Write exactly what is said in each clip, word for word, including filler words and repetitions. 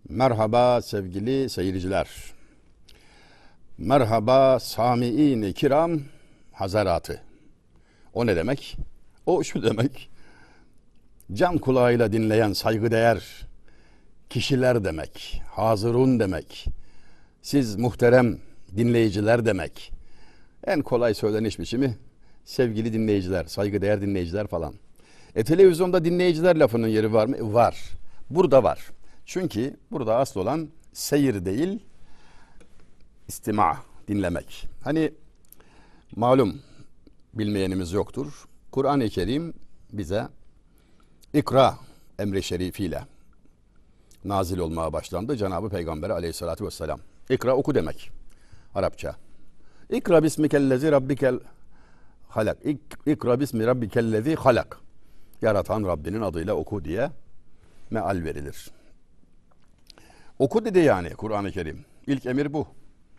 Merhaba sevgili seyirciler. Merhaba sami'in-i kiram hazaratı. O ne demek? O şu demek. Can kulağıyla dinleyen saygıdeğer kişiler demek. Hazırun demek. Siz muhterem dinleyiciler demek. En kolay söyleniş biçimi sevgili dinleyiciler, saygıdeğer dinleyiciler falan. E televizyonda dinleyiciler lafının yeri var mı? Var. Burada var. Çünkü burada asıl olan seyir değil, istima, dinlemek. Hani malum bilmeyenimiz yoktur. Kur'an-ı Kerim bize ikra emri şerifiyle nazil olmaya başlandı. Cenab-ı Peygamber aleyhissalatü vesselam. İkra oku demek Arapça. İkra bismikellezi rabbikel halak. İkra bismi rabbikellezi halak. Yaratan Rabbinin adıyla oku diye meal verilir. Oku dedi yani Kur'an-ı Kerim. İlk emir bu.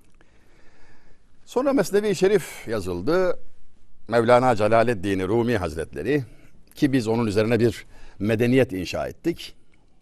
Sonra Mesnevi Şerif yazıldı. Mevlana Celaleddin Rumi Hazretleri, ki biz onun üzerine bir medeniyet inşa ettik.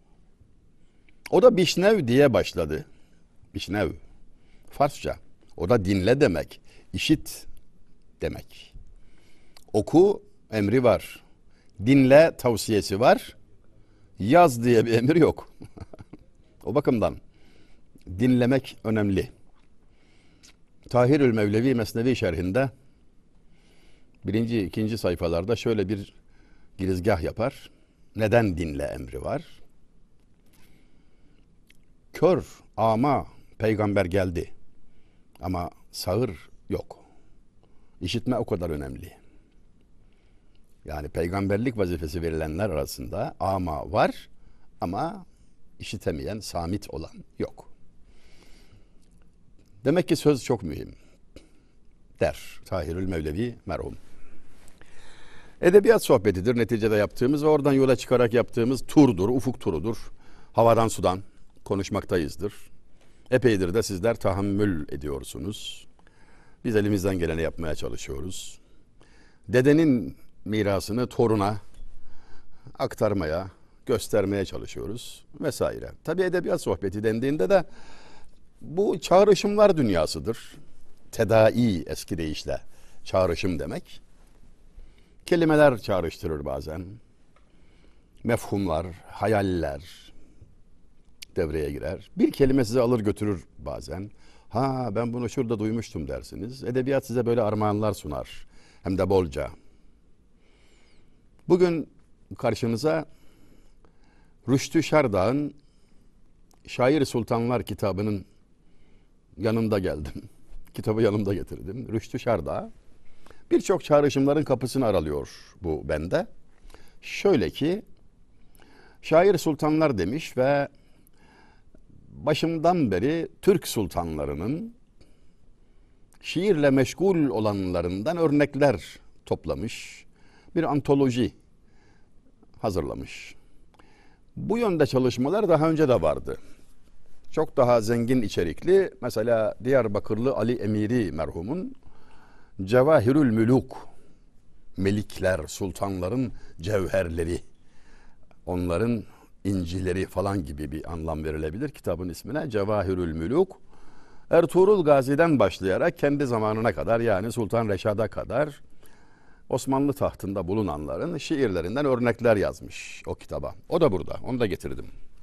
O da Bişnev diye başladı. Bişnev. Farsça. O da dinle demek. İşit demek. Oku emri var. Dinle tavsiyesi var. Yaz diye bir emir yok. O bakımdan dinlemek önemli. Tahirül Mevlevi Mesnevi şerhinde birinci, ikinci sayfalarda şöyle bir girizgah yapar. Neden dinle emri var? Kör, ama peygamber geldi. Ama sağır yok. İşitme o kadar önemli. Yani peygamberlik vazifesi verilenler arasında ama var ama işitemeyen, samit olan yok. Demek ki söz çok mühim der Tahirül Mevlevi merhum. Edebiyat sohbetidir neticede yaptığımız ve oradan yola çıkarak yaptığımız turdur, ufuk turudur. Havadan sudan konuşmaktayızdır. Epeydir de sizler tahammül ediyorsunuz. Biz elimizden geleni yapmaya çalışıyoruz. Dedenin mirasını toruna aktarmaya, göstermeye çalışıyoruz vesaire. Tabii edebiyat sohbeti dendiğinde de bu çağrışımlar dünyasıdır. Tedai eski deyişle çağrışım demek. Kelimeler çağrıştırır bazen. Mefhumlar, hayaller devreye girer. Bir kelime sizi alır götürür bazen. Ha ben bunu şurada duymuştum dersiniz. Edebiyat size böyle armağanlar sunar. Hem de bolca. Bugün karşınıza Rüştü Şerdağ'ın Şair Sultanlar kitabının yanında geldim. Kitabı yanımda getirdim. Rüştü Şerdağ birçok çağrışımların kapısını aralıyor bu bende. Şöyle ki şair sultanlar demiş ve başımdan beri Türk sultanlarının şiirle meşgul olanlarından örnekler toplamış. Bir antoloji hazırlamış. Bu yönde çalışmalar daha önce de vardı. Çok daha zengin içerikli. Mesela Diyarbakırlı Ali Emiri merhumun Cevahirül Müluk, melikler, sultanların cevherleri, onların incileri falan gibi bir anlam verilebilir kitabın ismine. Cevahirül Müluk, Ertuğrul Gazi'den başlayarak kendi zamanına kadar, yani Sultan Reşad'a kadar Osmanlı tahtında bulunanların şiirlerinden örnekler yazmış o kitaba. O da burada. Onu da getirdim.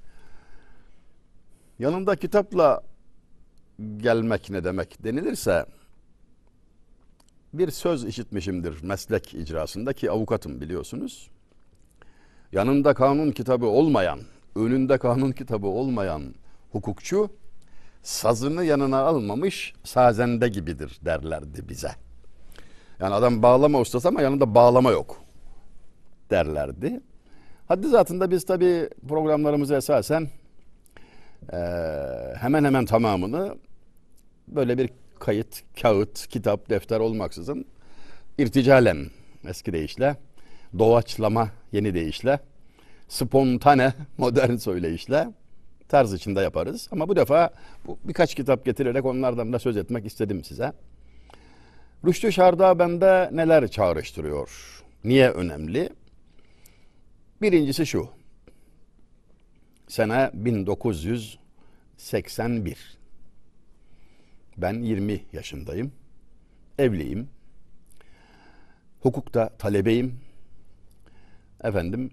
Yanında kitapla gelmek ne demek denilirse, bir söz işitmişimdir meslek icrasında, ki avukatım biliyorsunuz. Yanında kanun kitabı olmayan, önünde kanun kitabı olmayan hukukçu sazını yanına almamış sazende gibidir derlerdi bize. Yani adam bağlama ustası ama yanında bağlama yok derlerdi. Haddi zatında biz tabii programlarımızı esasen e, hemen hemen tamamını böyle bir kayıt, kağıt, kitap, defter olmaksızın irticalen, eski deyişle, doğaçlama, yeni deyişle, spontane, modern söyleyişle tarz içinde yaparız. Ama bu defa bu, birkaç kitap getirerek onlardan da söz etmek istedim size. Rüştü Şerdağ bende neler çağrıştırıyor? Niye önemli? Birincisi şu. Sene bin dokuz yüz seksen bir. Ben yirmi yaşındayım. Evliyim. Hukukta talebeyim. Efendim,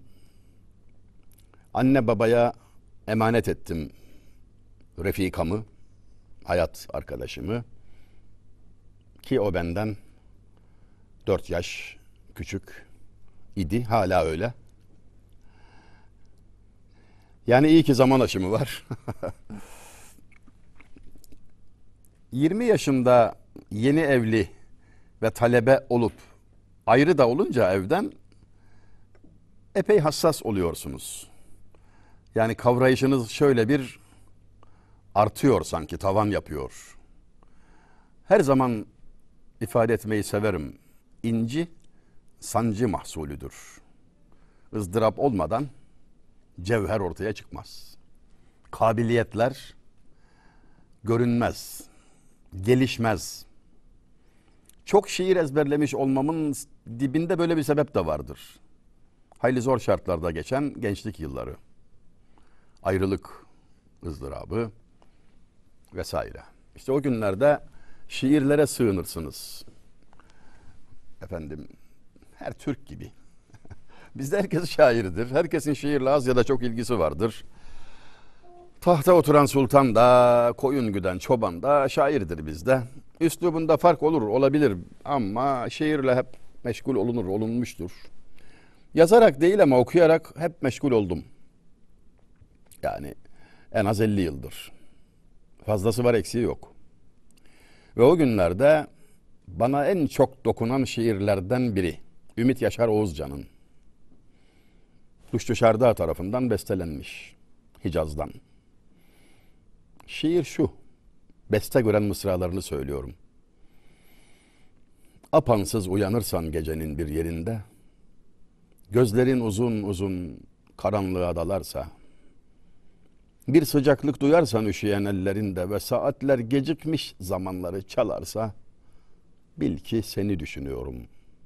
anne babaya emanet ettim refikamı, hayat arkadaşımı, ki o benden dört yaş küçük idi, hala öyle. Yani iyi ki zaman aşımı var. yirmi yaşında yeni evli ve talebe olup ayrı da olunca evden epey hassas oluyorsunuz. Yani kavrayışınız şöyle bir artıyor, sanki tavan yapıyor. Her zaman ifade etmeyi severim. İnci sancı mahsulüdür. ızdırap olmadan cevher ortaya çıkmaz. Kabiliyetler görünmez, gelişmez. Çok şiir ezberlemiş olmamın dibinde böyle bir sebep de vardır. Hayli zor şartlarda geçen gençlik yılları, ayrılık ızdırabı vesaire. İşte o günlerde şiirlere sığınırsınız. Efendim, her Türk gibi. Bizde herkes şairdir. Herkesin şiirle az ya da çok ilgisi vardır. Tahta oturan sultan da, koyun güden çoban da şairdir bizde. Üslubunda fark olur, olabilir ama şiirle hep meşgul olunur, olunmuştur. Yazarak değil ama okuyarak hep meşgul oldum. Yani en az elli yıldır. Fazlası var, eksiği yok. Ve o günlerde bana en çok dokunan şiirlerden biri Ümit Yaşar Oğuzcan'ın. Rüştü Şardağ tarafından bestelenmiş Hicaz'dan. Şiir şu, beste gören mısralarını söylüyorum. Apansız uyanırsan gecenin bir yerinde, gözlerin uzun uzun karanlığa dalarsa, bir sıcaklık duyarsan üşüyen ellerinde ve saatler gecikmiş zamanları çalarsa, bil ki seni düşünüyorum.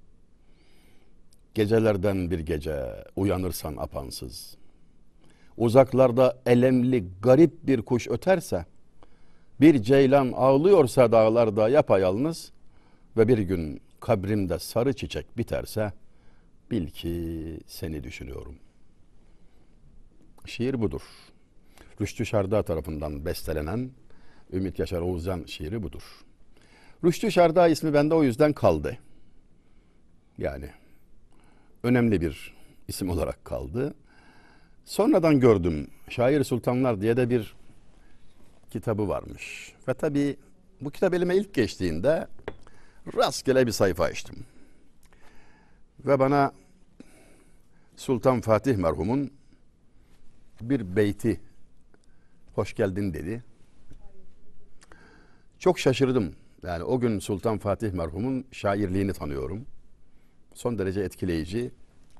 Gecelerden bir gece uyanırsan apansız, uzaklarda elemli garip bir kuş öterse, bir ceylan ağlıyorsa dağlarda yapayalnız ve bir gün kabrimde sarı çiçek biterse, bil ki seni düşünüyorum. Şiir budur. Rüştü Şardağ tarafından bestelenen Ümit Yaşar Oğuzcan şiiri budur. Rüştü Şardağ ismi bende o yüzden kaldı. Yani önemli bir isim olarak kaldı. Sonradan gördüm, Şair Sultanlar diye de bir kitabı varmış. Ve tabii bu kitap elime ilk geçtiğinde rastgele bir sayfa açtım. Ve bana Sultan Fatih merhumun bir beyti hoş geldin dedi. Çok şaşırdım. Yani o gün Sultan Fatih merhumun şairliğini tanıyorum. Son derece etkileyici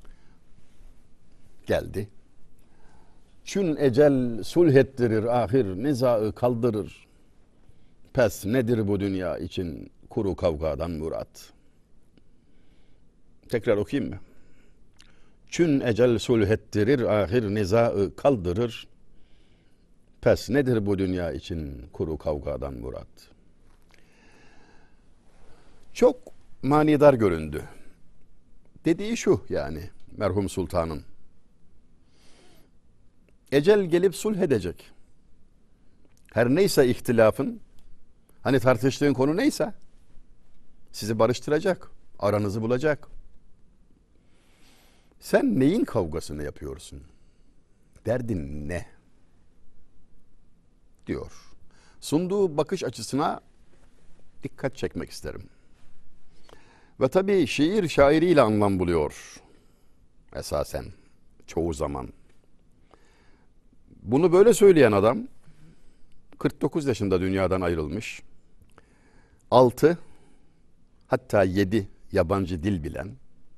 geldi. Çün ecel sulh ettirir, ahir nizaı kaldırır. Pes nedir bu dünya için kuru kavgadan murat. Tekrar okuyayım mı? Çün ecel sulh ettirir, ahir nizaı kaldırır. Pes nedir bu dünya için kuru kavgadan murat. Çok manidar göründü. Dediği şu, yani merhum sultanın. Ecel gelip sulh edecek. Her neyse ihtilafın, hani tartıştığın konu neyse, sizi barıştıracak, aranızı bulacak. Sen neyin kavgasını yapıyorsun? Derdin ne? Diyor. Sunduğu bakış açısına dikkat çekmek isterim. Ve tabii şiir şairiyle anlam buluyor. Esasen, çoğu zaman. Bunu böyle söyleyen adam kırk dokuz yaşında dünyadan ayrılmış. altı hatta yedi yabancı dil bilen,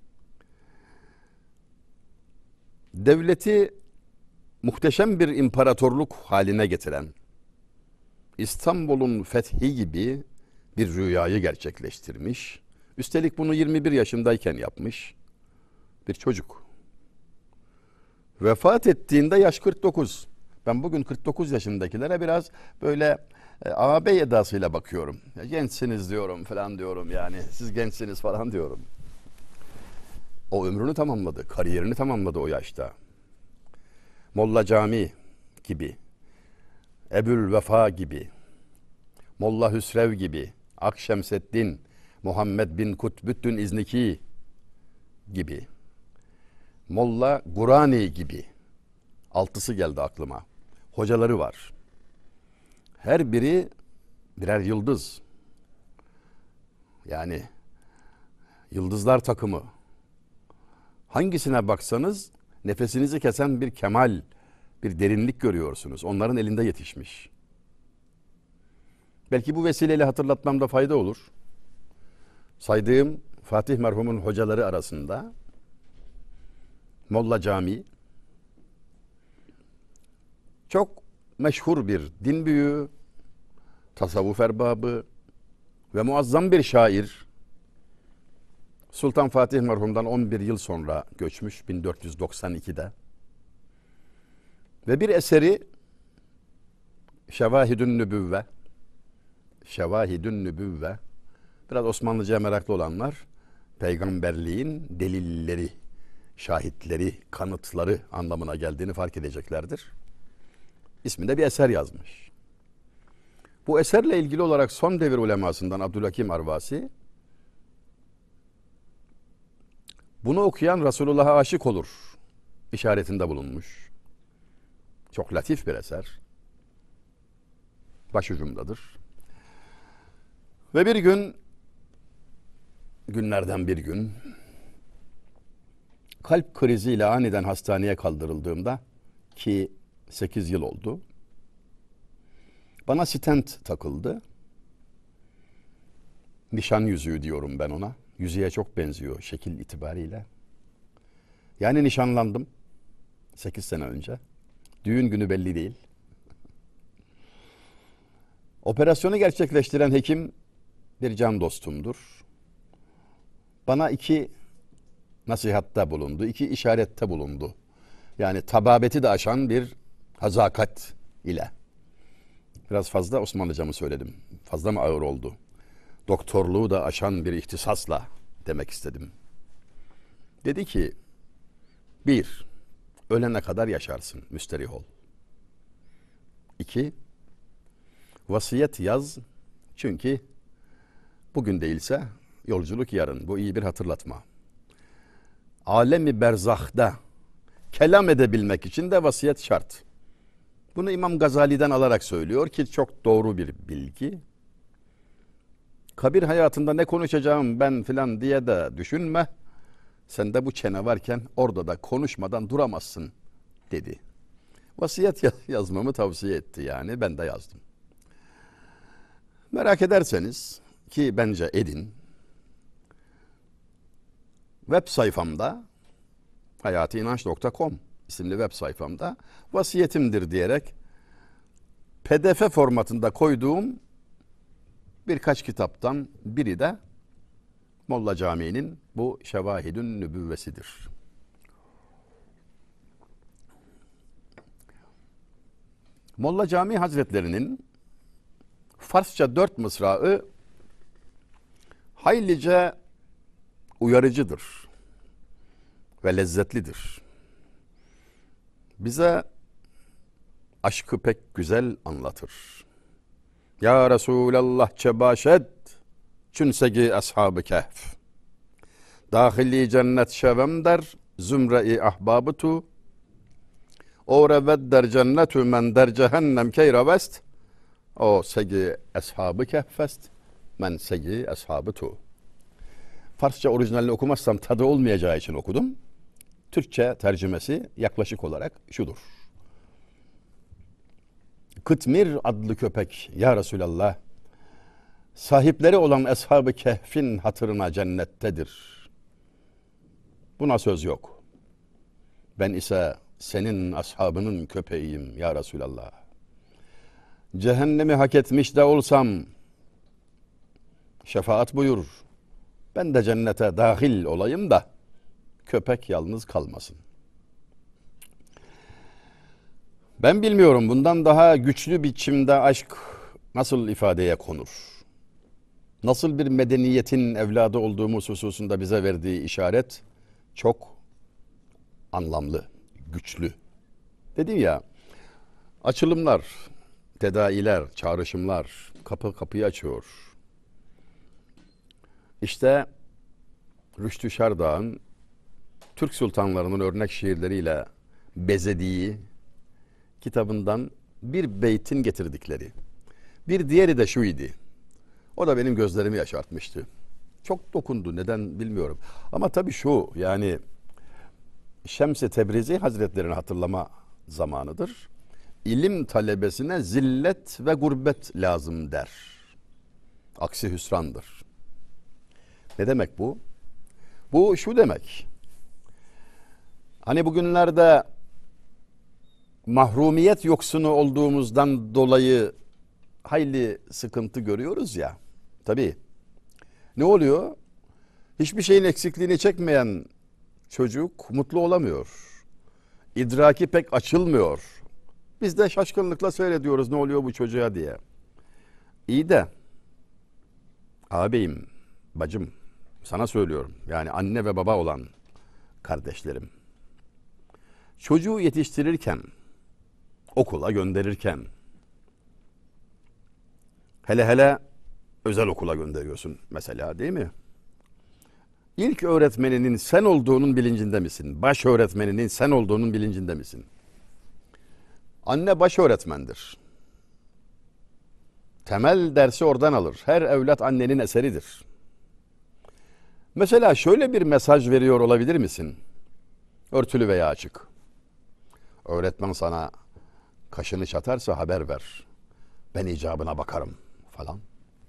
devleti muhteşem bir imparatorluk haline getiren, İstanbul'un fethi gibi bir rüyayı gerçekleştirmiş. Üstelik bunu yirmi bir yaşındayken yapmış bir çocuk. Vefat ettiğinde yaş kırk dokuz. Ben bugün kırk dokuz yaşındakilere biraz böyle e, ağabey edasıyla bakıyorum. Ya, gençsiniz diyorum falan diyorum yani. Siz gençsiniz falan diyorum. O ömrünü tamamladı, kariyerini tamamladı o yaşta. Molla Cami gibi, Ebul Vefa gibi, Molla Hüsrev gibi, Akşemseddin, Muhammed bin Kutbüttün İzniki gibi, Molla Gurani gibi, altısı geldi aklıma. Hocaları var. Her biri birer yıldız. Yani yıldızlar takımı. Hangisine baksanız nefesinizi kesen bir kemal, bir derinlik görüyorsunuz. Onların elinde yetişmiş. Belki bu vesileyle hatırlatmamda fayda olur. Saydığım Fatih merhumun hocaları arasında Molla Cami çok meşhur bir din büyüğü, tasavvuf erbabı ve muazzam bir şair. Sultan Fatih merhumdan on bir yıl sonra göçmüş bin dört yüz doksan ikide. Ve bir eseri Şevahidün Nübüvve, Şevahidün Nübüvve, biraz Osmanlıca'ya meraklı olanlar, peygamberliğin delilleri, şahitleri, kanıtları anlamına geldiğini fark edeceklerdir. İsminde bir eser yazmış. Bu eserle ilgili olarak son devir ulemasından Abdülhakim Arvasi, bunu okuyan Resulullah'a aşık olur işaretinde bulunmuş. Çok latif bir eser. Başucumdadır. Ve bir gün, günlerden bir gün, kalp kriziyle aniden hastaneye kaldırıldığımda, ki sekiz yıl oldu, bana stent takıldı. Nişan yüzüğü diyorum ben ona. Yüzüğe çok benziyor şekil itibariyle. Yani nişanlandım sekiz sene önce. Düğün günü belli değil. Operasyonu gerçekleştiren hekim bir can dostumdur. Bana iki nasihatta bulundu, iki işarette bulundu. Yani tababeti de aşan bir hazakat ile. Biraz fazla Osmanlıca mı söyledim? Fazla mı ağır oldu? Doktorluğu da aşan bir ihtisasla demek istedim. Dedi ki, bir, ölene kadar yaşarsın, müsterih ol. İki, vasiyet yaz, çünkü bugün değilse yolculuk yarın. Bu iyi bir hatırlatma. Alemi berzahda kelam edebilmek için de vasiyet şart. Bunu İmam Gazali'den alarak söylüyor ki çok doğru bir bilgi. Kabir hayatında ne konuşacağım ben filan diye de düşünme. Sende bu çene varken orada da konuşmadan duramazsın dedi. Vasiyet yazmamı tavsiye etti yani, ben de yazdım. Merak ederseniz, ki bence edin, web sayfamda hayatiinanç nokta com isimli web sayfamda vasiyetimdir diyerek P D F formatında koyduğum birkaç kitaptan biri de Molla Camii'nin bu Şevahidün Nübüvvesidir. Molla Camii Hazretlerinin Farsça dört mısrağı haylice uyarıcıdır ve lezzetlidir. Bize aşkı pek güzel anlatır. Ya Resulallah çebaşed, çünsegi ashab-ı kehf. Dahili cennet şevem der, zümre-i ahbabı tu. O revet der cennetü men der cehennem keyravest. O segi ashab-ı kehfest, men segi ashabı tu. Farsça orijinalini okumazsam tadı olmayacağı için okudum. Türkçe tercümesi yaklaşık olarak şudur. Kıtmir adlı köpek ya Resulallah, sahipleri olan Ashab-ı Kehf'in hatırına cennettedir. Buna söz yok. Ben ise senin ashabının köpeğiyim ya Resulallah. Cehennemi hak etmiş de olsam şefaat buyur. Ben de cennete dahil olayım da köpek yalnız kalmasın. Ben bilmiyorum bundan daha güçlü biçimde aşk nasıl ifadeye konur? Nasıl bir medeniyetin evladı olduğumuz hususunda bize verdiği işaret çok anlamlı, güçlü. Dedim ya, açılımlar, tedailer, çağrışımlar kapı kapıyı açıyor. İşte Rüştü Şerdağ'ın Türk sultanlarının örnek şiirleriyle bezediği kitabından bir beytin getirdikleri. Bir diğeri de şu idi. O da benim gözlerimi yaşartmıştı. Çok dokundu, neden bilmiyorum. Ama tabii şu, yani Şems-i Tebrizi Hazretlerini hatırlama zamanıdır. İlim talebesine zillet ve gurbet lazım der. Aksi hüsrandır. Ne demek bu? Bu şu demek. Hani bugünlerde mahrumiyet yoksunu olduğumuzdan dolayı hayli sıkıntı görüyoruz ya. Tabii. Ne oluyor? Hiçbir şeyin eksikliğini çekmeyen çocuk mutlu olamıyor. İdraki pek açılmıyor. Biz de şaşkınlıkla seyrediyoruz ne oluyor bu çocuğa diye. İyi de ağabeyim, bacım sana söylüyorum. Yani anne ve baba olan kardeşlerim. Çocuğu yetiştirirken, okula gönderirken, hele hele özel okula gönderiyorsun mesela, değil mi? İlk öğretmeninin sen olduğunun bilincinde misin? Baş öğretmeninin sen olduğunun bilincinde misin? Anne baş öğretmendir. Temel dersi oradan alır. Her evlat annenin eseridir. Mesela şöyle bir mesaj veriyor olabilir misin? Örtülü veya açık. Öğretmen sana kaşını çatarsa haber ver. Ben icabına bakarım falan.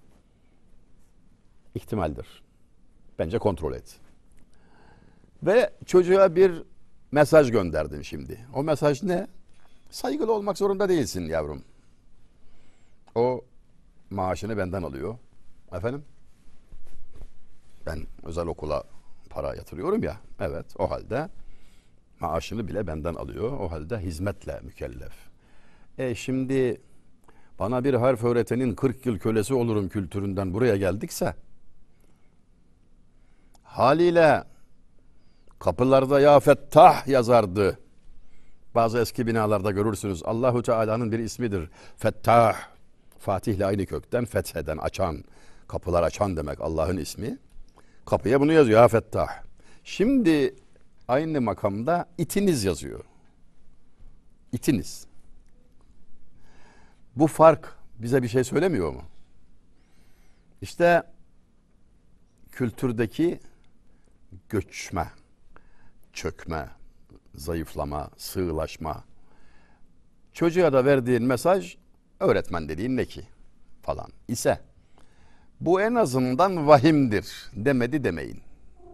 İhtimaldir. Bence kontrol et. Ve çocuğa bir mesaj gönderdin şimdi. O mesaj ne? Saygılı olmak zorunda değilsin yavrum. O maaşını benden alıyor. Efendim? Ben özel okula para yatırıyorum ya. Evet, o halde maaşını bile benden alıyor. O halde hizmetle mükellef. E şimdi bana bir harf öğretenin kırk yıl kölesi olurum kültüründen buraya geldikse haliyle kapılarda ya Fettah yazardı. Bazı eski binalarda görürsünüz. Allahu Teala'nın bir ismidir. Fettah. Fatih ile aynı kökten fetheden, açan, kapılar açan demek Allah'ın ismi. Kapıya bunu yazıyor ya Fettah. Şimdi aynı makamda itiniz yazıyor. İtiniz. Bu fark bize bir şey söylemiyor mu? İşte kültürdeki göçme, çökme, zayıflama, sığlaşma. Çocuğa da verdiğin mesaj öğretmen dediğin ne ki falan ise bu en azından vahimdir demedi demeyin.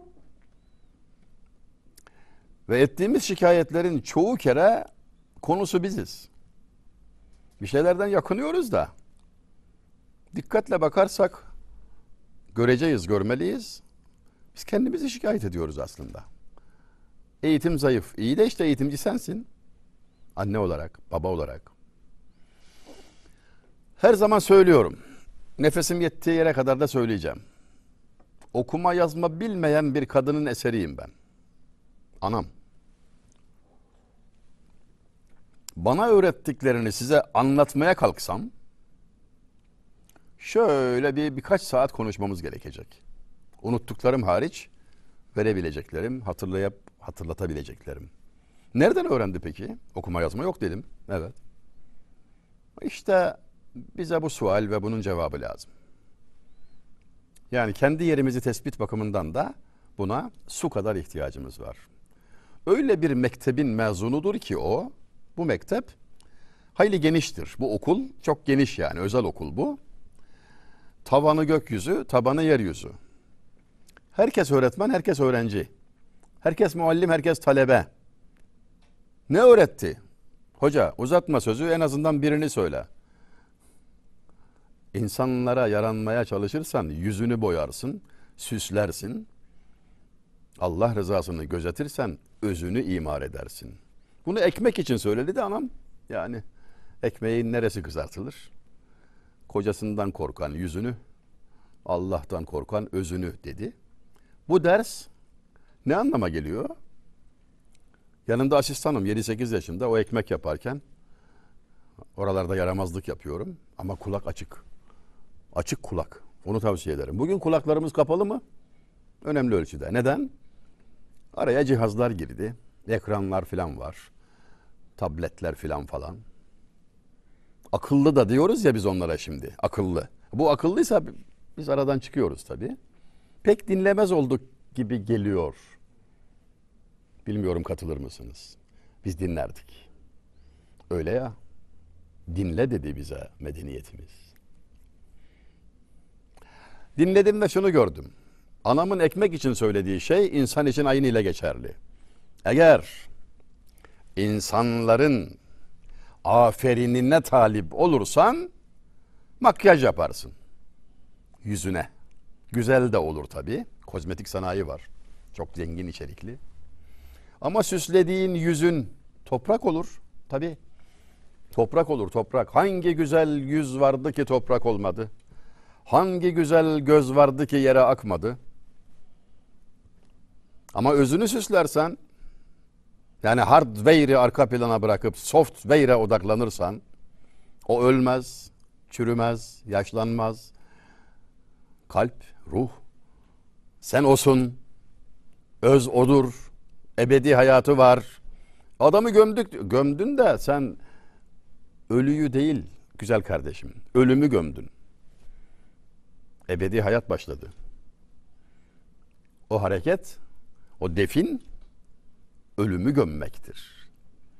Ve ettiğimiz şikayetlerin çoğu kere konusu biziz. Bir şeylerden yakınıyoruz da dikkatle bakarsak göreceğiz, görmeliyiz. Biz kendimizi şikayet ediyoruz aslında. Eğitim zayıf. İyi de işte eğitimci sensin. Anne olarak, baba olarak. Her zaman söylüyorum. Nefesim yettiği yere kadar da söyleyeceğim. Okuma yazma bilmeyen bir kadının eseriyim ben. Anam. Bana öğrettiklerini size anlatmaya kalksam şöyle bir birkaç saat konuşmamız gerekecek. Unuttuklarım hariç verebileceklerim, hatırlayıp hatırlatabileceklerim. Nereden öğrendi peki? Okuma yazma yok dedim. Evet. İşte bize bu sual ve bunun cevabı lazım. Yani kendi yerimizi tespit bakımından da buna su kadar ihtiyacımız var. Öyle bir mektebin mezunudur ki o, bu mektep hayli geniştir. Bu okul çok geniş yani, özel okul bu. Tavanı gökyüzü, tabanı yeryüzü. Herkes öğretmen, herkes öğrenci. Herkes muallim, herkes talebe. Ne öğretti? Hoca uzatma sözü, en azından birini söyle. İnsanlara yaranmaya çalışırsan yüzünü boyarsın, süslersin. Allah rızasını gözetirsen özünü imar edersin. Bunu ekmek için söyledi de anam. Yani ekmeğin neresi kızartılır? Kocasından korkan yüzünü, Allah'tan korkan özünü dedi. Bu ders ne anlama geliyor? Yanımda asistanım yedi sekiz yaşında, o ekmek yaparken oralarda yaramazlık yapıyorum ama kulak açık. Açık kulak. Onu tavsiye ederim. Bugün kulaklarımız kapalı mı? Önemli ölçüde. Neden? Araya cihazlar girdi. Ekranlar filan var. Tabletler filan falan. Akıllı da diyoruz ya biz onlara şimdi. Akıllı. Bu akıllıysa biz aradan çıkıyoruz tabii. Pek dinlemez olduk gibi geliyor. Bilmiyorum katılır mısınız? Biz dinlerdik. Öyle ya. Dinle dedi bize medeniyetimiz. Dinledim ve şunu gördüm. Anamın ekmek için söylediği şey insan için aynı ile geçerli. Eğer insanların aferinine talip olursan makyaj yaparsın yüzüne. Güzel de olur tabii. Kozmetik sanayi var. Çok zengin içerikli. Ama süslediğin yüzün toprak olur. Tabii. Toprak olur toprak. Hangi güzel yüz vardı ki toprak olmadı? Hangi güzel göz vardı ki yere akmadı? Ama özünü süslersen, yani hardware'i arka plana bırakıp software'e odaklanırsan, o ölmez, çürümez, yaşlanmaz. Kalp, ruh, sen osun, öz odur, ebedi hayatı var. Adamı gömdük, gömdün de sen ölüyü değil güzel kardeşim, ölümü gömdün. Ebedi hayat başladı. O hareket, o defin ölümü gömmektir.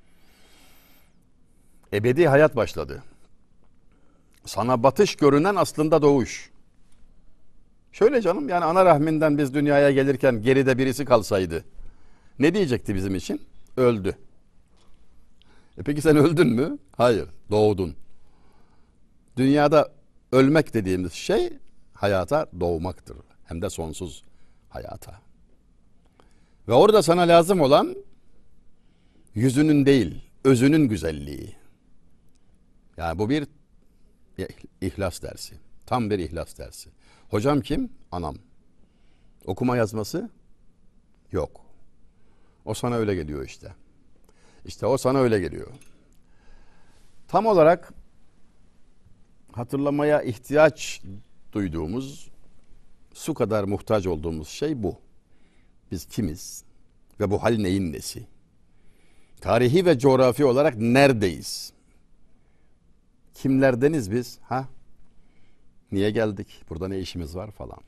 Ebedi hayat başladı. Sana batış görünen aslında doğuş. Şöyle canım, yani ana rahminden biz dünyaya gelirken geride birisi kalsaydı ne diyecekti bizim için? Öldü. E peki sen öldün mü? Hayır, doğdun. Dünyada ölmek dediğimiz şey hayata doğmaktır. Hem de sonsuz hayata. Ve orada sana lazım olan yüzünün değil, özünün güzelliği. Yani bu bir ihlas dersi. Tam bir ihlas dersi. Hocam kim? Anam. Okuma yazması yok. O sana öyle geliyor işte. İşte o sana öyle geliyor. Tam olarak hatırlamaya ihtiyaç duyduğumuz, su kadar muhtaç olduğumuz şey bu. Biz kimiz ve bu hal neyin nesi? Tarihi ve coğrafi olarak neredeyiz? Kimlerdeniz biz? Ha? Niye geldik? Burada ne işimiz var falan.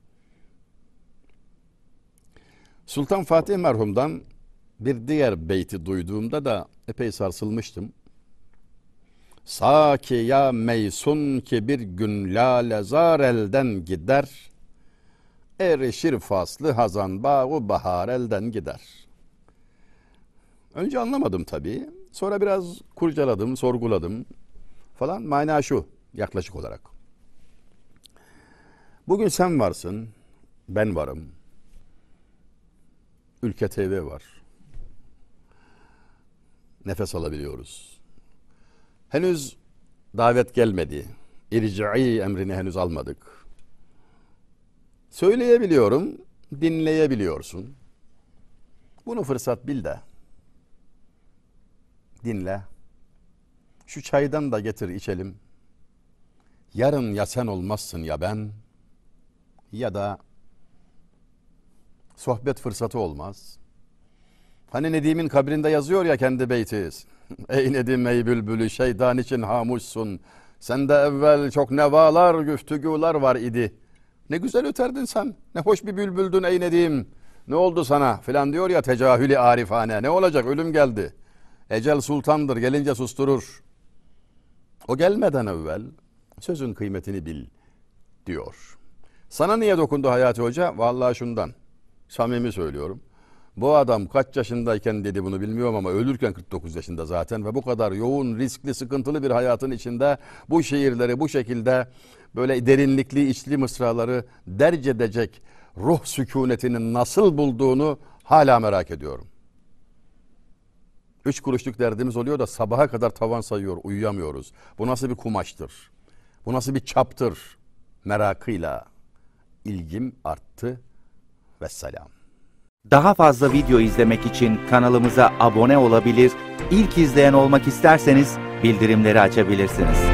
Sultan Fatih merhumdan bir diğer beyti duyduğumda da epey sarsılmıştım. Saki ya meysun ki bir gün lalezar elden gider, erişir faslı hazan bağı bahar elden gider. Önce anlamadım tabii. Sonra biraz kurcaladım, sorguladım falan. Mana şu yaklaşık olarak. Bugün sen varsın, ben varım. Ülke T V var. Nefes alabiliyoruz. Henüz davet gelmedi. İrci'i emrini henüz almadık. Söyleyebiliyorum, dinleyebiliyorsun. Bunu fırsat bil de. Dinle. Şu çaydan da getir içelim. Yarın ya sen olmazsın ya ben, ya da sohbet fırsatı olmaz. Hani Nedim'in kabrinde yazıyor ya kendi beyti. Ey Nedim ey bülbülü şeytan için hamuşsun. Sende evvel çok nevalar, güftügüler var idi. Ne güzel öterdin sen. Ne hoş bir bülbüldün ey Nedim. Ne oldu sana filan diyor ya tecahülü arifane. Ne olacak, ölüm geldi. Ecel sultandır, gelince susturur. O gelmeden evvel sözün kıymetini bil diyor. Sana niye dokundu Hayati Hoca? Vallahi şundan. Samimi söylüyorum. Bu adam kaç yaşındayken dedi bunu bilmiyorum ama ölürken kırk dokuz yaşında zaten ve bu kadar yoğun, riskli, sıkıntılı bir hayatın içinde bu şiirleri bu şekilde böyle derinlikli, içli mısraları derc edecek ruh sükunetini nasıl bulduğunu hala merak ediyorum. Üç kuruşluk derdimiz oluyor da sabaha kadar tavan sayıyor, uyuyamıyoruz. Bu nasıl bir kumaştır? Bu nasıl bir çaptır? Merakıyla ilgim arttı. Vesselam. Daha fazla video izlemek için kanalımıza abone olabilir, ilk izleyen olmak isterseniz bildirimleri açabilirsiniz.